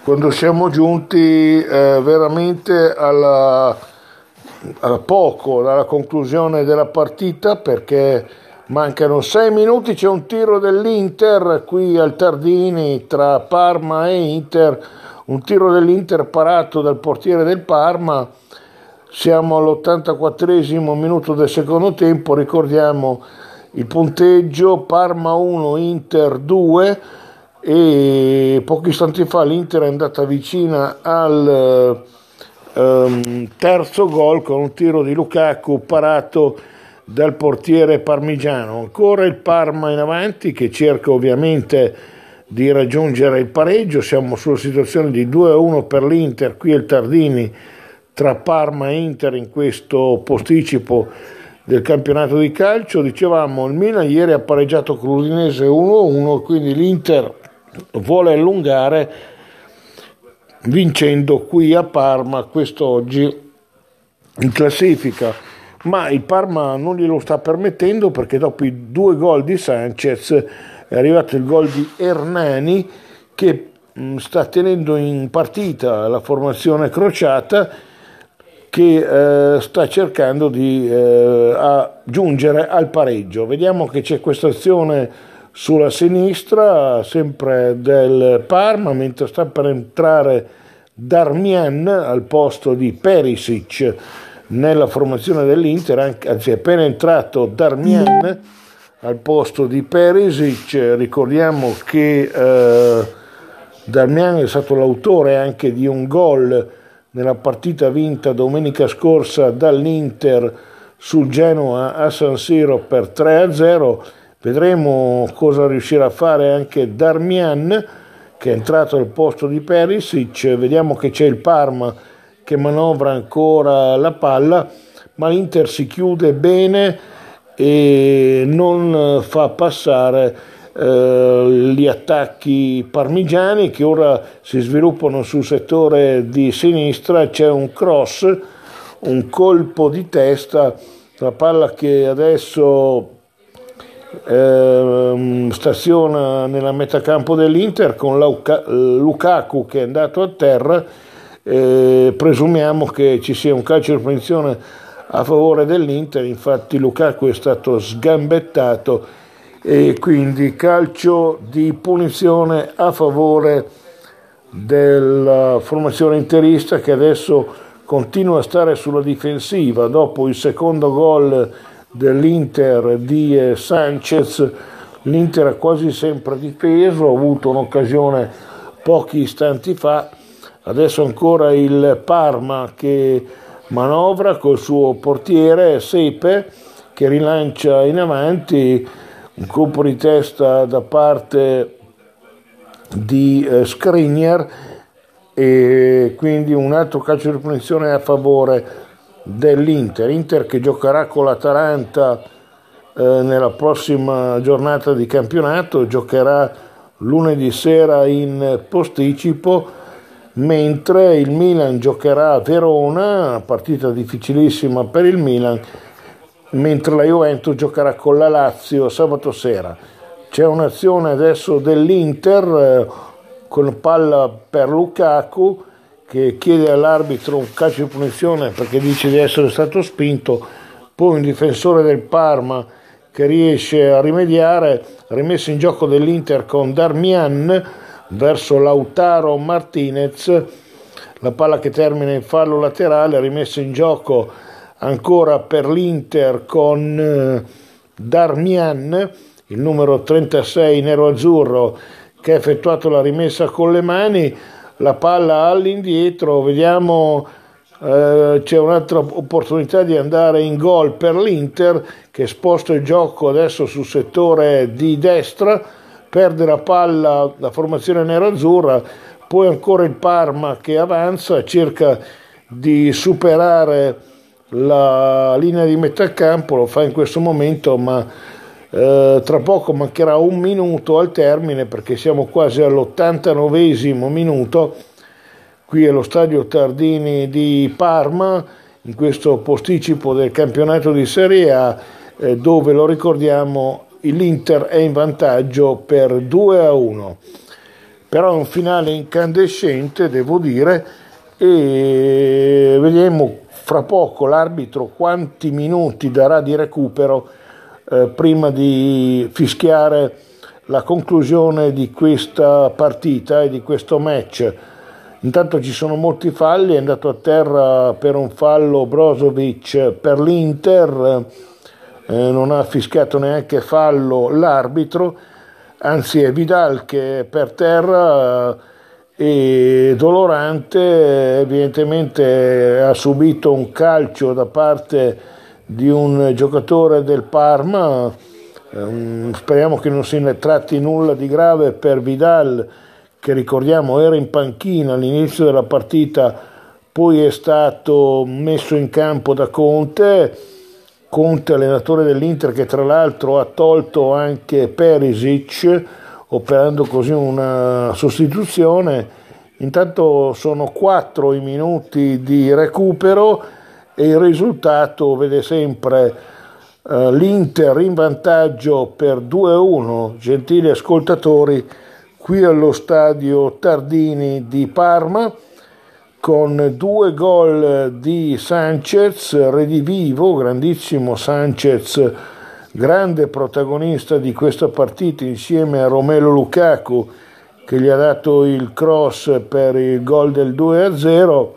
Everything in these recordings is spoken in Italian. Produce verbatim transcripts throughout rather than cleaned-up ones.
quando siamo giunti eh, veramente alla, a poco dalla conclusione della partita, perché mancano sei minuti, c'è un tiro dell'Inter qui al Tardini tra Parma e Inter, un tiro dell'Inter parato dal portiere del Parma. Siamo all'ottantaquattresimo minuto del secondo tempo, ricordiamo il punteggio: Parma uno, Inter due, e pochi istanti fa l'Inter è andata vicina al um, terzo gol con un tiro di Lukaku parato dal portiere parmigiano. Ancora il Parma in avanti, che cerca ovviamente di raggiungere il pareggio. Siamo sulla situazione di due a uno per l'Inter qui al Tardini tra Parma e Inter in questo posticipo del campionato di calcio. Dicevamo, il Milan ieri ha pareggiato con l'Udinese uno a uno, quindi l'Inter vuole allungare vincendo qui a Parma quest'oggi in classifica, ma il Parma non glielo sta permettendo, perché dopo i due gol di Sanchez è arrivato il gol di Hernani, che mh, sta tenendo in partita la formazione crociata, che eh, sta cercando di eh, giungere al pareggio. Vediamo che c'è questa azione sulla sinistra, sempre del Parma, mentre sta per entrare Darmian al posto di Perisic nella formazione dell'Inter, anzi è appena entrato Darmian al posto di Perisic. Ricordiamo che eh, Darmian è stato l'autore anche di un gol nella partita vinta domenica scorsa dall'Inter sul Genoa a San Siro per tre a zero. Vedremo cosa riuscirà a fare anche Darmian, che è entrato al posto di Perisic. Vediamo che c'è il Parma che manovra ancora la palla, ma l'Inter si chiude bene e non fa passare eh, gli attacchi parmigiani, che ora si sviluppano sul settore di sinistra. C'è un cross, un colpo di testa, la palla che adesso eh, staziona nella metacampo dell'Inter con Lukaku che è andato a terra. Eh, presumiamo che ci sia un calcio di punizione a favore dell'Inter, infatti Lukaku è stato sgambettato e quindi calcio di punizione a favore della formazione interista, che adesso continua a stare sulla difensiva. Dopo il secondo gol dell'Inter di Sanchez, l'Inter ha quasi sempre difeso, ha avuto un'occasione pochi istanti fa. Adesso ancora il Parma che manovra col suo portiere Sepe, che rilancia in avanti, un colpo di testa da parte di eh, Skriniar, e quindi un altro calcio di punizione a favore dell'Inter. Inter che giocherà con l'Atalanta eh, nella prossima giornata di campionato, giocherà lunedì sera in posticipo, mentre il Milan giocherà a Verona, partita difficilissima per il Milan, mentre la Juventus giocherà con la Lazio sabato sera. C'è un'azione adesso dell'Inter eh, con palla per Lukaku, che chiede all'arbitro un calcio di punizione perché dice di essere stato spinto. Poi un difensore del Parma che riesce a rimediare, rimessa in gioco dell'Inter con Darmian verso Lautaro Martinez, la palla che termina in fallo laterale, rimessa in gioco ancora per l'Inter con eh, Darmian, il numero trentasei nero-azzurro, che ha effettuato la rimessa con le mani. La palla all'indietro, vediamo eh, c'è un'altra opportunità di andare in gol per l'Inter, che sposta il gioco adesso sul settore di destra, perde la palla la formazione nero-azzurra. Poi ancora il Parma che avanza, cerca di superare la linea di metà campo, lo fa in questo momento, ma eh, tra poco mancherà un minuto al termine, perché siamo quasi all'ottantanovesimo minuto qui allo stadio Tardini di Parma, in questo posticipo del campionato di Serie A, eh, dove, lo ricordiamo, l'Inter è in vantaggio per due a uno. però è un finale incandescente, devo dire, e vedremo fra poco l'arbitro quanti minuti darà di recupero eh, prima di fischiare la conclusione di questa partita e di questo match. Intanto ci sono molti falli, è andato a terra per un fallo Brozovic per l'Inter, eh, non ha fischiato neanche fallo l'arbitro, anzi è Vidal che è per terra e dolorante, evidentemente ha subito un calcio da parte di un giocatore del Parma. Speriamo che non se ne tratti nulla di grave per Vidal, che ricordiamo era in panchina all'inizio della partita, poi è stato messo in campo da Conte, Conte allenatore dell'Inter, che tra l'altro ha tolto anche Perisic, operando così una sostituzione. Intanto sono quattro i minuti di recupero e il risultato vede sempre uh, l'Inter in vantaggio per due a uno, gentili ascoltatori, qui allo stadio Tardini di Parma, con due gol di Sanchez, redivivo, grandissimo Sanchez, grande protagonista di questa partita insieme a Romelu Lukaku, che gli ha dato il cross per il gol del due a zero,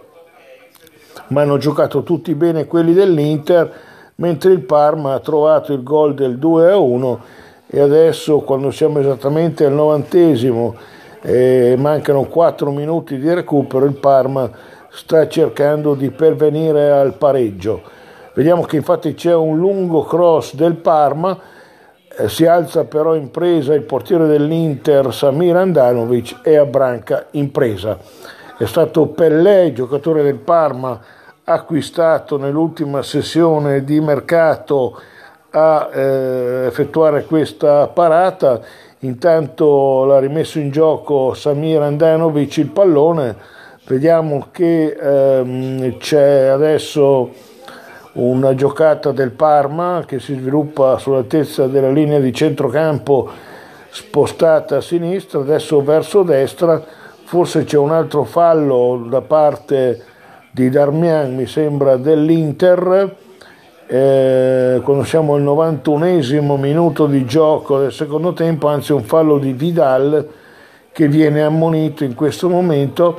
ma hanno giocato tutti bene quelli dell'Inter, mentre il Parma ha trovato il gol del due a uno e adesso, quando siamo esattamente al novantesimo e mancano quattro minuti di recupero, il Parma sta cercando di pervenire al pareggio. Vediamo che infatti c'è un lungo cross del Parma, eh, si alza però in presa il portiere dell'Inter Samir Handanovic e abbranca in presa. È stato Pellè, giocatore del Parma, acquistato nell'ultima sessione di mercato, a eh, effettuare questa parata. Intanto l'ha rimesso in gioco Samir Handanovic il pallone. Vediamo che ehm, c'è adesso una giocata del Parma che si sviluppa sull'altezza della linea di centrocampo, spostata a sinistra, adesso verso destra. Forse c'è un altro fallo da parte di Darmian, mi sembra, dell'Inter. Eh, quando siamo al novantunesimo minuto di gioco del secondo tempo, anzi un fallo di Vidal che viene ammonito in questo momento,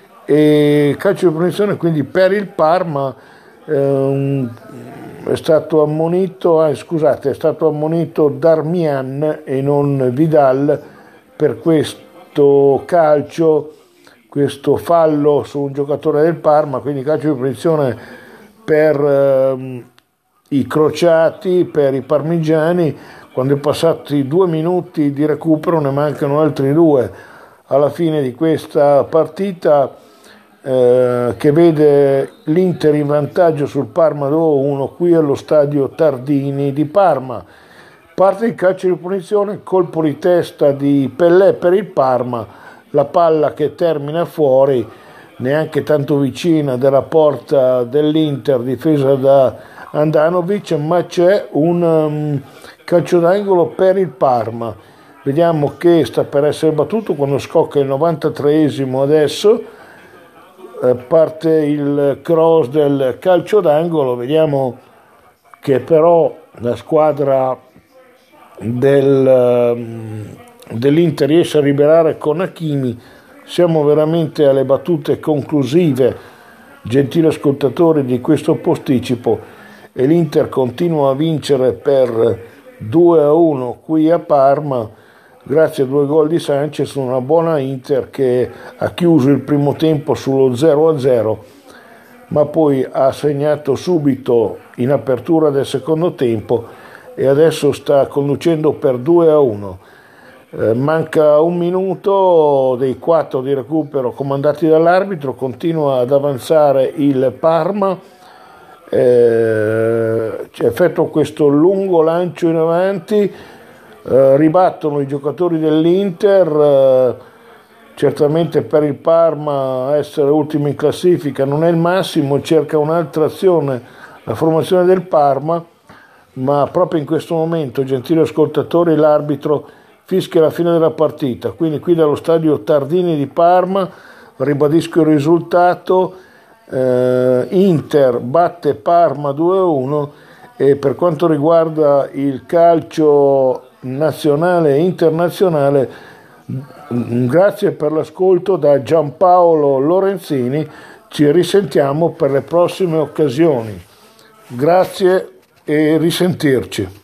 e calcio di punizione quindi per il Parma. Eh, è stato ammonito eh, scusate è stato ammonito Darmian e non Vidal per questo calcio, questo fallo su un giocatore del Parma, quindi calcio di punizione per eh, i crociati, per i parmigiani. Quando è passati due minuti di recupero, ne mancano altri due alla fine di questa partita, eh, che vede l'Inter in vantaggio sul Parma due a uno qui allo stadio Tardini di Parma. Parte il calcio di punizione, colpo di testa di Pellè per il Parma, la palla che termina fuori, neanche tanto vicina della porta dell'Inter difesa da Handanovic, ma c'è un um, calcio d'angolo per il Parma. Vediamo che sta per essere battuto quando scocca il novantatreesimo adesso, eh, parte il cross del calcio d'angolo. Vediamo che però la squadra del, um, dell'Inter riesce a liberare con Hakimi. Siamo veramente alle battute conclusive, gentili ascoltatori, di questo posticipo, e l'Inter continua a vincere per due a uno qui a Parma grazie a due gol di Sanchez, una buona Inter che ha chiuso il primo tempo sullo zero a zero, ma poi ha segnato subito in apertura del secondo tempo e adesso sta conducendo per due a uno. Eh, manca un minuto dei quattro di recupero comandati dall'arbitro, continua ad avanzare il Parma. Eh, effettua questo lungo lancio in avanti, eh, ribattono i giocatori dell'Inter, eh, certamente per il Parma essere ultimo in classifica non è il massimo, cerca un'altra azione la formazione del Parma, ma proprio in questo momento, gentili ascoltatori, l'arbitro fischia la fine della partita. Quindi qui dallo stadio Tardini di Parma ribadisco il risultato: eh, Inter batte Parma due a uno. E per quanto riguarda il calcio nazionale e internazionale, grazie per l'ascolto da Giampaolo Lorenzini. Ci risentiamo per le prossime occasioni. Grazie e risentirci.